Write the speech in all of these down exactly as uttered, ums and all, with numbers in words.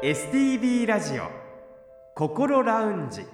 エスティービー ラジオ心ラウンジ。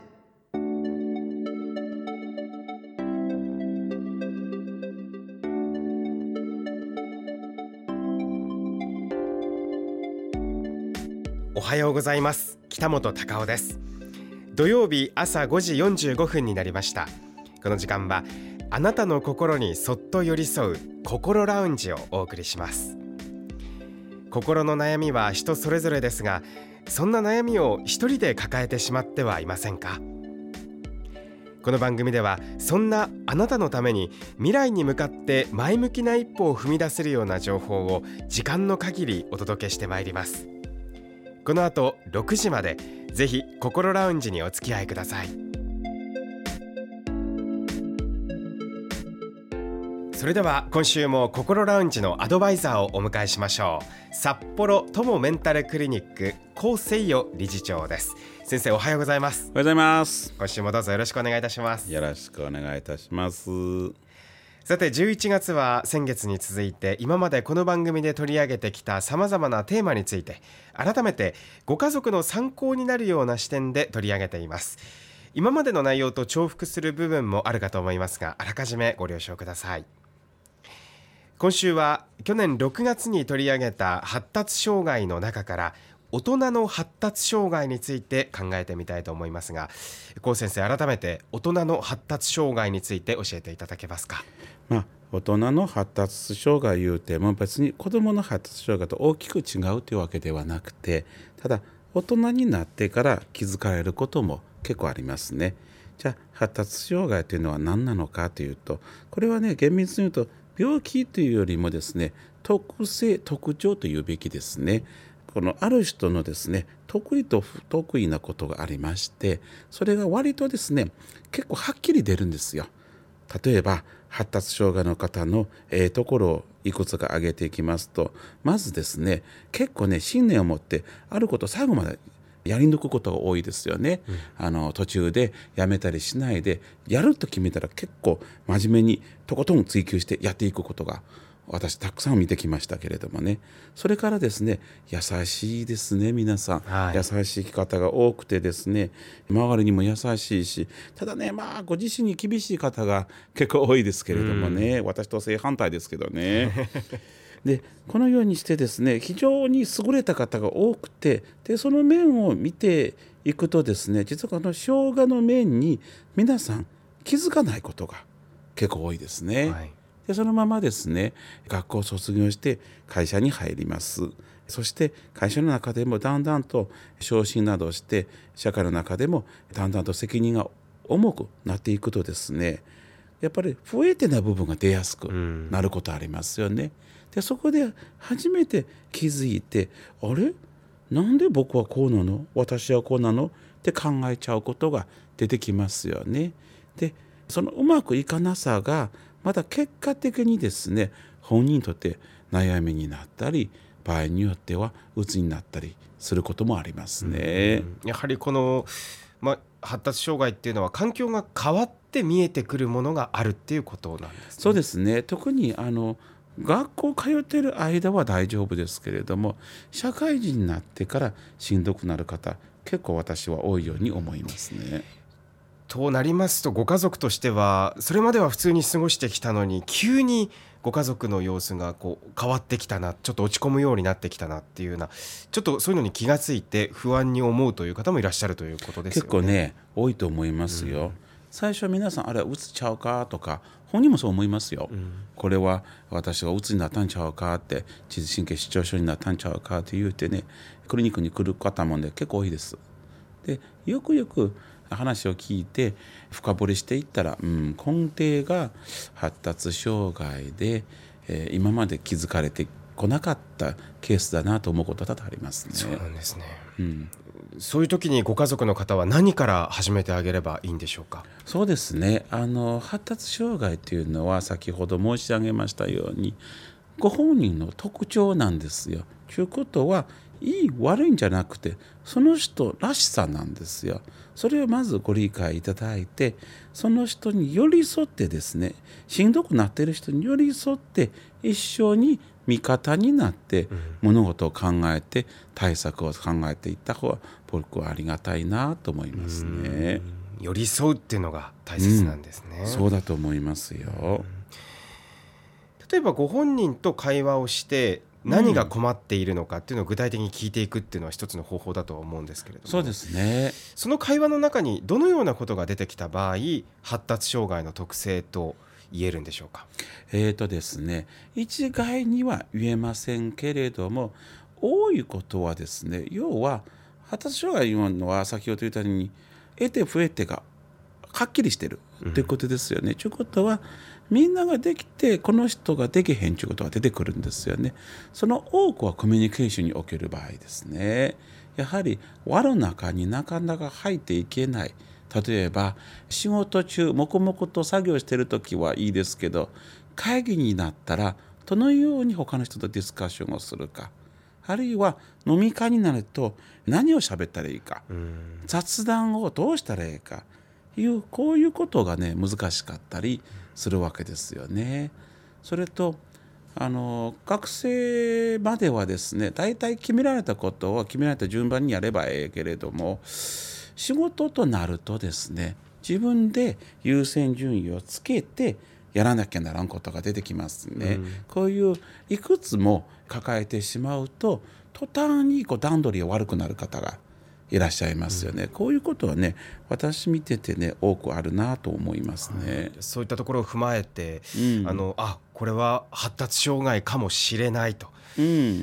おはようございます。北本隆夫です。土曜日朝ごじよんじゅうごふんになりました。この時間はあなたの心にそっと寄り添う心ラウンジをお送りします。心の悩みは人それぞれですが、そんな悩みを一人で抱えてしまってはいませんか？この番組ではそんなあなたのために未来に向かって前向きな一歩を踏み出せるような情報を時間の限りお届けしてまいります。この後ろくじまでぜひ心ラウンジにお付き合いください。それでは今週も心ラウンジのアドバイザーをお迎えしましょう。札幌友メンタルクリニック高誠代理事長です。先生、おはようございます。 おはようございます。 今週もどうぞよろしくお願いいたします。 よろしくお願いいたします。 さてじゅういちがつは先月に続いて今までこの番組で取り上げてきたさまざまなテーマについて改めてご家族の参考になるような視点で取り上げています。今までの内容と重複する部分もあるかと思いますが、あらかじめご了承ください。今週は去年ろくがつに取り上げた発達障害の中から大人の発達障害について考えてみたいと思いますが、高先生、改めて大人の発達障害について教えていただけますか？ まあ、大人の発達障害いうても別に子どもの発達障害と大きく違うというわけではなくて、ただ大人になってから気づかれることも結構ありますね。じゃあ発達障害というのは何なのかというと、これはね、厳密に言うと病気というよりもですね、特性特徴というべきですね。このある人のですね、得意と不得意なことがありまして、それが割とですね結構はっきり出るんですよ。例えば発達障害の方のええところをいくつか挙げていきますと、まずですね、結構ね信念を持ってあることを最後までやり抜くことが多いですよね、うん、あの途中でやめたりしないで、やると決めたら結構真面目にとことん追求してやっていくことが私たくさん見てきましたけれどもね。それからですね、優しいですね。皆さん、はい、優しい方が多くてですね、周りにも優しいし、ただね、まあご自身に厳しい方が結構多いですけれどもね、私と正反対ですけどねでこのようにしてですね、非常に優れた方が多くて、でその面を見ていくとですね、実はこの生姜の面に皆さん気づかないことが結構多いですね、はい。でそのままですね、学校を卒業して会社に入ります。そして会社の中でもだんだんと昇進などをして社会の中でもだんだんと責任が重くなっていくとですね、やっぱり不得手な部分が出やすくなることありますよね、うん。でそこで初めて気づいて、あれなんで僕はこうなの、私はこうなのって考えちゃうことが出てきますよね。でそのうまくいかなさがまた結果的にですね、本人にとって悩みになったり、場合によっては鬱になったりすることもありますね、 うん、やはりこの、ま、発達障害っていうのは環境が変わって見えてくるものがあるっていうことなんですね。 そうですね。特にあの学校通っている間は大丈夫ですけれども、社会人になってからしんどくなる方結構私は多いように思いますね。 となりますと、ご家族としてはそれまでは普通に過ごしてきたのに急にご家族の様子がこう変わってきたな、ちょっと落ち込むようになってきたなっていうような、ちょっとそういうのに気がついて不安に思うという方もいらっしゃるということですよね。 結構ね多いと思いますよ、うん。最初皆さんあれうつちゃうかとか、本人もそう思いますよ、うん、これは私がうつになったんちゃうかって、自律神経失調症になったんちゃうかって言うてね、クリニックに来る方もね結構多いです。でよくよく話を聞いて深掘りしていったら、うん、根底が発達障害で、えー、今まで気づかれてこなかったケースだなと思うことが多々ありますね。 そうなんですね、 うん、 そういう時にご家族の方は何から始めてあげればいいんでしょうか？ そうですね、あの発達障害というのは先ほど申し上げましたようにご本人の特徴なんですよ。ということはいい悪いんじゃなくて、その人らしさなんですよ。それをまずご理解いただいて、その人に寄り添ってですね、しんどくなっている人に寄り添って一緒に味方になって物事を考えて対策を考えていった方が僕はありがたいなと思いますね。 寄り添うっていうのが大切なんですね、 うん、そうだと思いますよ。 例えばご本人と会話をして何が困っているのかっていうのを具体的に聞いていくっていうのは一つの方法だとは思うんですけれども、 そうですね。 その会話の中にどのようなことが出てきた場合発達障害の特性と言えるんでしょうか。 えーとですね一概には言えませんけれども、多いことはですね、要は発達障害というのは先ほど言ったように得て増えてがはっきりしてるということですよね。と、うん、いうことはみんなができてこの人ができへんということが出てくるんですよね。その多くはコミュニケーションにおける場合ですね。やはり輪の中になかなか入っていけない。例えば仕事中黙々と作業しているときはいいですけど、会議になったらどのように他の人とディスカッションをするか、あるいは飲み会になると何を喋ったらいいか、雑談をどうしたらいいかいう、こういうことがね難しかったりするわけですよね。それとあの学生まではですね、大体決められたことを決められた順番にやればええけれども、仕事となるとですね、自分で優先順位をつけてやらなきゃならんことが出てきますね、うん、こういういくつも抱えてしまうと途端にこう段取りが悪くなる方がいらっしゃいますよね、うん、こういうことはね私見ててね多くあるなと思いますね、 うん、そういったところを踏まえて、うん、あのあこれは発達障害かもしれないと、うん、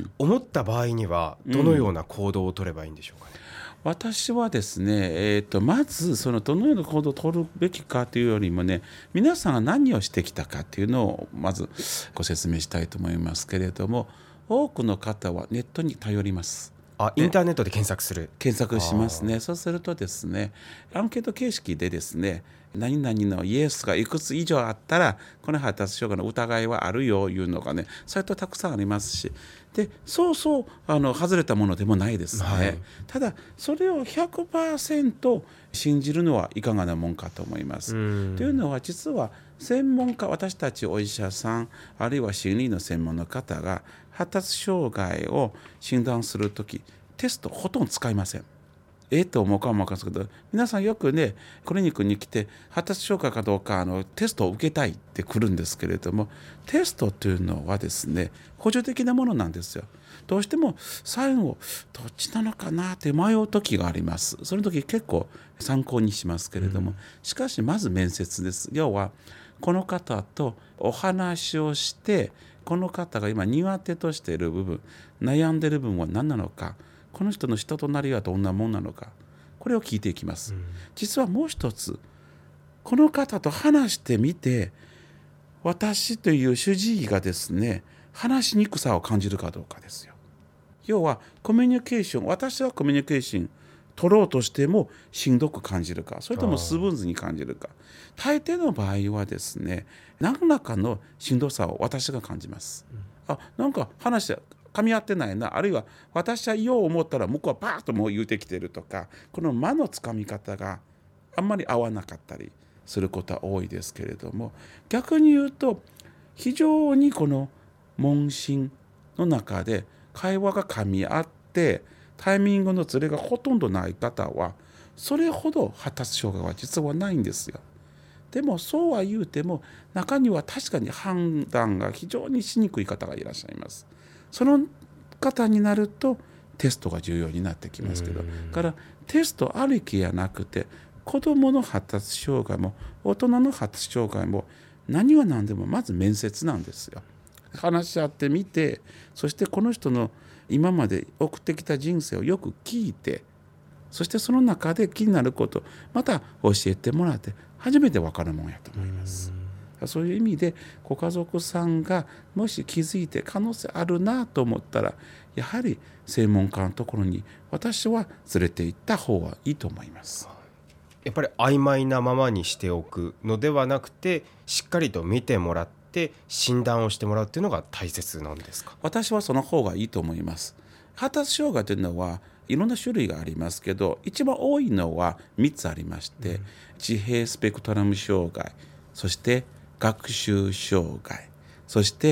思った場合にはどのような行動を取ればいいんでしょうかね。 私はですね、えー、とまずそのどのような行動を取るべきかというよりもね、皆さんが何をしてきたかというのをまずご説明したいと思いますけれども、多くの方はネットに頼ります。 あ、インターネットで検索する、 検索しますね。そうするとですね、アンケート形式でですね、何々のイエスがいくつ以上あったらこの発達障害の疑いはあるよいうのがね、サイトたくさんありますし、でそうそうあの外れたものでもないですね、はい、ただそれを ひゃくパーセント 信じるのはいかがなもんかと思います。というのは実は専門家、私たちお医者さんあるいは心理の専門の方が発達障害を診断するときテストほとんど使いません。ええと思うかも分かるんですけど、皆さんよくねクリニックに来て発達障害かどうかあのテストを受けたいって来るんですけれども、テストというのはですね補助的なものなんですよ。どうしても最後どっちなのかなって迷う時があります。その時結構参考にしますけれども、うん、しかしまず面接です。要はこの方とお話をして、この方が今苦手としている部分、悩んでいる部分は何なのか、この人の人となりはどんなもんなのか、これを聞いていきます、うん、実はもう一つ、この方と話してみて私という主治医がですね話しにくさを感じるかどうかですよ。要はコミュニケーション、私はコミュニケーション取ろうとしてもしんどく感じるか、それともスムーズに感じるか。大抵の場合はですね何らかのしんどさを私が感じます、うん、あなんか話して噛み合ってないな、あるいは私は言おう思ったら向こうはパーッともう言うてきてるとか、この間のつかみ方があんまり合わなかったりすることは多いですけれども、逆に言うと非常にこの問診の中で会話が噛み合ってタイミングのズレがほとんどない方はそれほど発達障害は実はないんですよ。でもそうは言うても中には確かに判断が非常にしにくい方がいらっしゃいます。その方になるとテストが重要になってきますけど、だからテストありきやなくて、子どもの発達障害も大人の発達障害も何が何でもまず面接なんですよ。話し合ってみて、そしてこの人の今まで送ってきた人生をよく聞いて、そしてその中で気になることまた教えてもらって初めて分かるもんやと思います。そういう意味でご家族さんがもし気づいて可能性あるなと思ったら、やはり専門家のところに私は連れて行った方がいいと思います。 やっぱり曖昧なままにしておくのではなくて、しっかりと見てもらって診断をしてもらうっていうのが大切なんですか。 私はその方がいいと思います。発達障害というのはいろんな種類がありますけど、一番多いのはみっつありまして、うん、自閉スペクトラム障害、そして学習障害、そして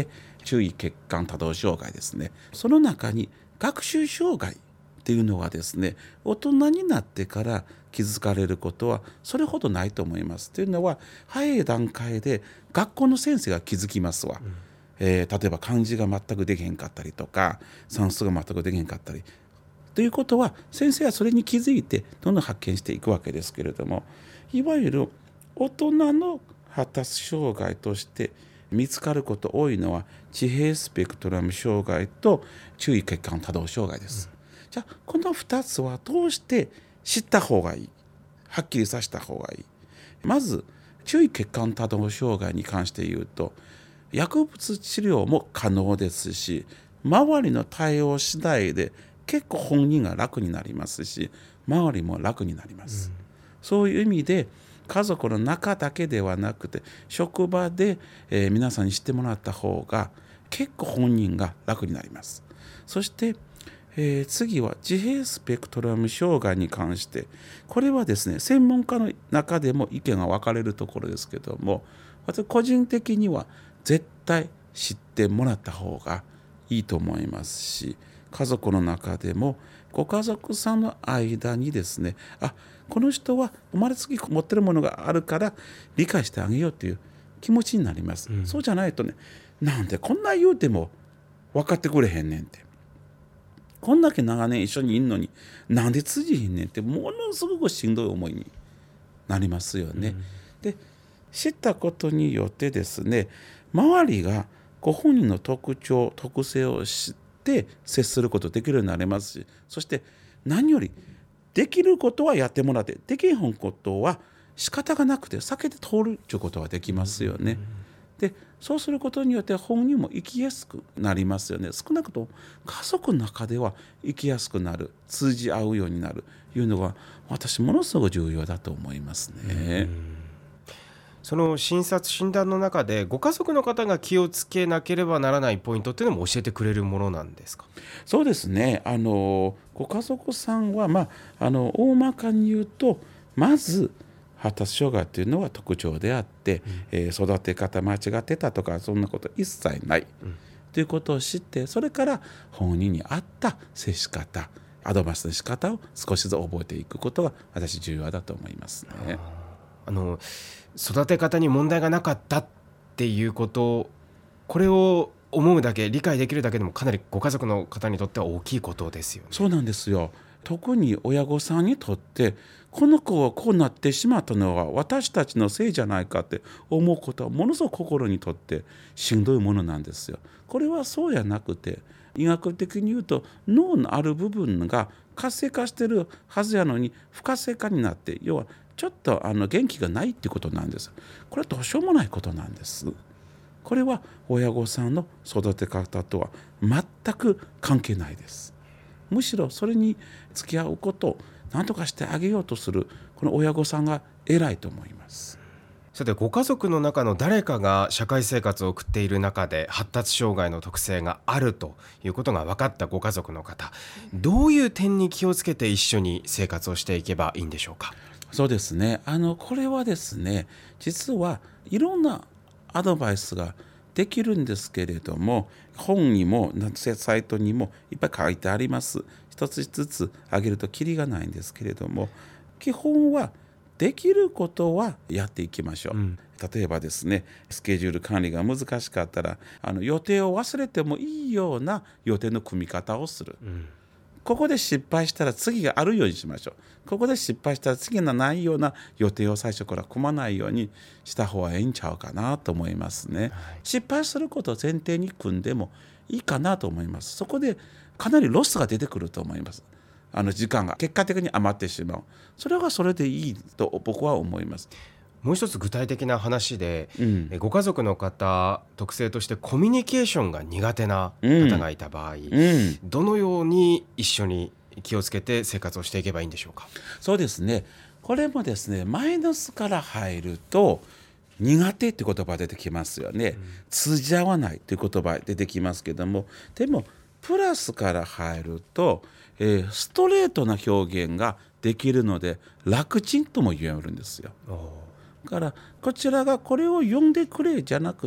注意欠陥多動障害ですね。その中に学習障害っていうのはですね、大人になってから気づかれることはそれほどないと思います。というのは早い段階で学校の先生が気づきますわ、うんえー、例えば漢字が全くできへんかったりとか算数が全くできへんかったりということは、先生はそれに気づいてどんどん発見していくわけですけれども、いわゆる大人の発達障害として見つかること多いのは自閉スペクトラム障害と注意欠陥多動障害です、うん、じゃあこのふたつはどうして知った方がいい、はっきりさせた方がいい。まず注意欠陥多動障害に関して言うと、薬物治療も可能ですし、周りの対応次第で結構本人が楽になりますし、周りも楽になります、うん、そういう意味で家族の中だけではなくて職場で、えー、皆さんに知ってもらった方が結構本人が楽になります。そして、えー、次は自閉スペクトラム障害に関して、これはですね専門家の中でも意見が分かれるところですけども、私個人的には絶対知ってもらった方がいいと思いますし、家族の中でもご家族さんの間にですね、あ、この人は生まれつき持ってるものがあるから理解してあげようという気持ちになります、うん、そうじゃないとね、なんでこんな言うても分かってくれへんねんって、こんだけ長年一緒にいんのになんで通じひんねんってものすごくしんどい思いになりますよね、うん、で知ったことによってですね、周りがご本人の特徴特性を知って接することができるようになりますし、そして何よりできることはやってもらって、できんことは仕方がなくて避けて通るということができますよね。でそうすることによって本人も生きやすくなりますよね。少なくとも家族の中では生きやすくなる、通じ合うようになるというのが私ものすごく重要だと思いますね。 その診察診断の中でご家族の方が気をつけなければならないポイントっていうのも教えてくれるものなんですか？ そうですね、あのご家族さんは、まあ、あの大まかに言うと、まず発達障害というのは特徴であって、うんえー、育て方間違ってたとかそんなこと一切ない、うん、ということを知って、それから本人に合った接し方、アドバイスの仕方を少しずつ覚えていくことが私重要だと思いますね。 あの育て方に問題がなかったっていうこと、これを思うだけ、理解できるだけでもかなりご家族の方にとっては大きいことですよね。 そうなんですよ。特に親御さんにとって、この子はこうなってしまったのは私たちのせいじゃないかって思うことはものすごく心にとってしんどいものなんですよ。これはそうじゃなくて、医学的に言うと脳のある部分が活性化してるはずやのに不活性化になって、要はちょっとあの元気がないっていうことなんです。これはどうしようもないことなんです。これは親御さんの育て方とは全く関係ないです。むしろそれに付き合うことを何とかしてあげようとするこの親御さんが偉いと思います。 さて、ご家族の中の誰かが社会生活を送っている中で発達障害の特性があるということが分かったご家族の方、どういう点に気をつけて一緒に生活をしていけばいいんでしょうか？ そうですね、あのこれはですね、実はいろんなアドバイスができるんですけれども、本にもサイトにもいっぱい書いてあります。一つずつ挙げるとキリがないんですけれども、基本はできることはやっていきましょう、うん、例えばですね、スケジュール管理が難しかったらあの予定を忘れてもいいような予定の組み方をする、うん、ここで失敗したら次があるようにしましょう。ここで失敗したら次がないような予定を最初から組まないようにした方がいいんちゃうかなと思いますね、はい、失敗することを前提に組んでもいいかなと思います。そこでかなりロスが出てくると思います。あの時間が結果的に余ってしまう。それはそれでいいと僕は思います。 もう一つ具体的な話で、うん、ご家族の方特性としてコミュニケーションが苦手な方がいた場合、うんうん、どのように一緒に気をつけて生活をしていけばいいんでしょうか？ そうですね、これもですね、マイナスから入ると苦手って言葉が出てきますよね、うん、通じ合わないっていう言葉出てきますけども、でもプラスから入ると、えー、ストレートな表現ができるので楽ちんとも言えるんですよ。だからこちらがこれを読んでくれじゃなくて、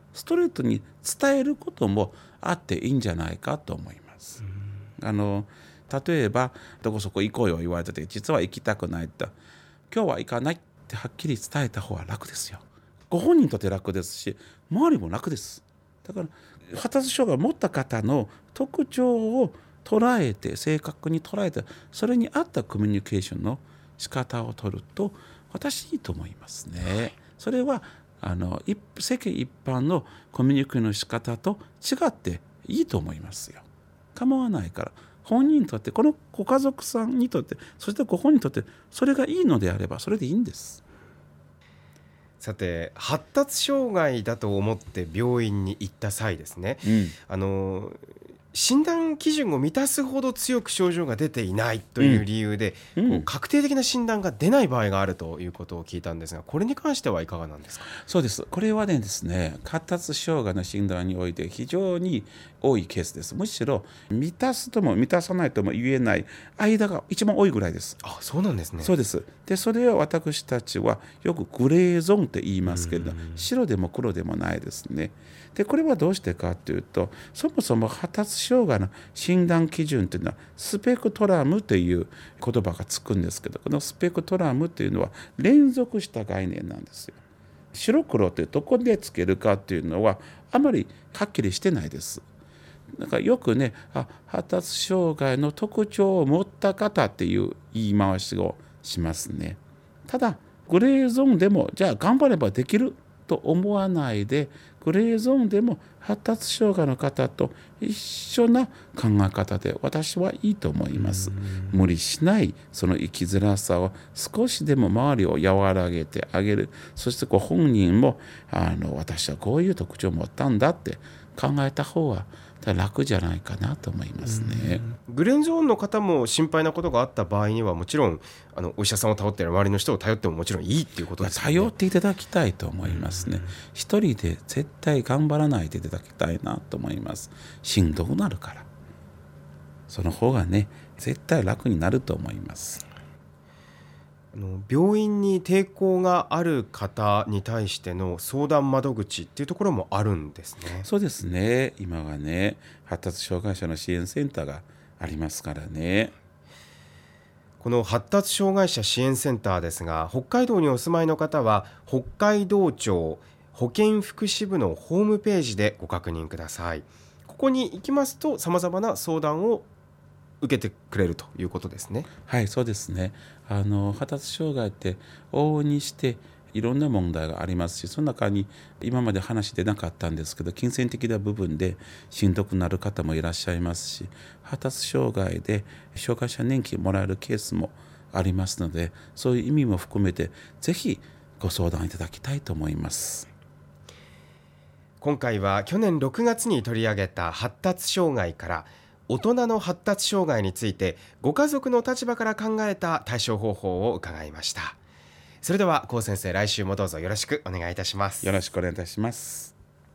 ストレートに伝えることもあっていいんじゃないかと思います。あの例えばどこそこ行こうよ言われてて実は行きたくないって今日は行かないってはっきり伝えた方が楽ですよ。ご本人にとって楽ですし周りも楽です。だから発達障害を持った方の特徴を捉えて正確に捉えてそれに合ったコミュニケーションの仕方を取ると私いいと思いますね。それはあの世間一般のコミュニケーションの仕方と違っていいと思いますよ。構わないから本人にとってこのご家族さんにとってそしてご本人にとってそれがいいのであればそれでいいんです。 さて発達障害だと思って病院に行った際ですね、うん、あの診断基準を満たすほど強く症状が出ていないという理由で、うん、こう確定的な診断が出ない場合があるということを聞いたんですがこれに関してはいかがなんですか。 そうです。これはねですね発達障害の診断において非常に多いケースです。むしろ満たすとも満たさないとも言えない間が一番多いぐらいです。 あ、そうなんですね。 そうです。でそれを私たちはよくグレーゾーンって言いますけど白でも黒でもないですね。でこれはどうしてかというとそもそも発達障害の診断基準というのはスペクトラムという言葉がつくんですけどこのスペクトラムというのは連続した概念なんですよ。白黒ってどこでつけるかというのはあまりはっきりしてないです。だからよくねあ発達障害の特徴を持った方っていう言い回しをしますね。ただグレーゾーンでもじゃあ頑張ればできると思わないでグレーゾーンでも発達障害の方と一緒な考え方で私はいいと思います。無理しないその生きづらさを少しでも周りを和らげてあげる。そしてご本人もあの私はこういう特徴を持ったんだって考えた方が楽じゃないかなと思いますね。 グレーゾーンの方も心配なことがあった場合にはもちろんあのお医者さんを頼っている周りの人を頼ってももちろんいいっていうことですよね。 頼っていただきたいと思いますね。一人で絶対頑張らないでいただきたいなと思います。しんどくなるからその方がね絶対楽になると思います。 あの病院に抵抗がある方に対しての相談窓口っていうところもあるんですね。 そうですね。今はね発達障害者の支援センターがありますからね。 この発達障害者支援センターですが北海道にお住まいの方は北海道庁保健福祉部のホームページでご確認ください。ここに行きますとさまざまな相談を受けてくれるということですね。 はい、そうですね。あの発達障害って往々にしていろんな問題がありますしその中に今まで話出なかったんですけど金銭的な部分でしんどくなる方もいらっしゃいますし発達障害で障害者年金もらえるケースもありますのでそういう意味も含めてぜひご相談いただきたいと思います。 今回は去年ろくがつに取り上げた発達障害から大人の発達障害についてご家族の立場から考えた対処方法を伺いました。それでは高先生来週もどうぞよろしくお願いいたします。 よろしくお願いいたします。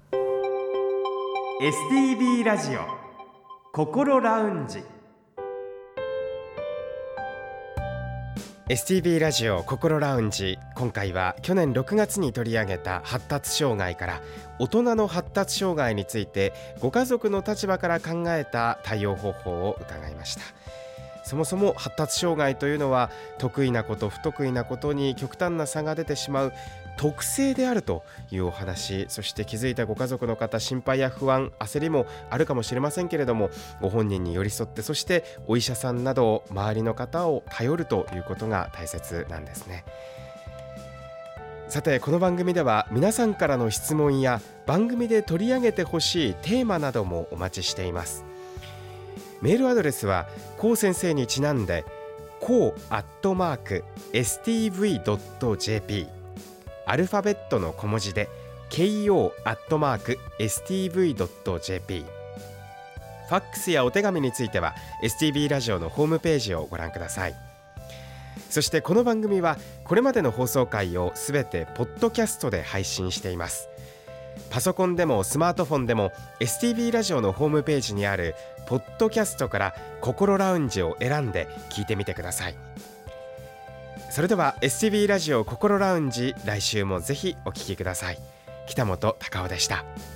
エスティービー ラジオ心ラウンジ。 エスティービー ラジオ心ラウンジ、今回は去年ろくがつに取り上げた発達障害から大人の発達障害についてご家族の立場から考えた対応方法を伺いました。そもそも発達障害というのは得意なこと不得意なことに極端な差が出てしまう特性であるというお話、そして気づいたご家族の方心配や不安焦りもあるかもしれませんけれどもご本人に寄り添ってそしてお医者さんなど周りの方を頼るということが大切なんですね。さてこの番組では皆さんからの質問や番組で取り上げてほしいテーマなどもお待ちしています。メールアドレスはこう先生にちなんでこうアットマーク エスティーブイドットジェーピー アルファベットの小文字で ケーオー アットマーク エスティーブイドットジェーピー。 ファックスやお手紙については エスティービー ラジオのホームページをご覧ください。そしてこの番組はこれまでの放送回をすべてポッドキャストで配信しています。パソコンでもスマートフォンでも エスティービー ラジオのホームページにあるポッドキャストから心ラウンジを選んで聞いてみてください。それでは エスティービー ラジオ心ラウンジ、来週もぜひお聞きください。北本隆夫でした。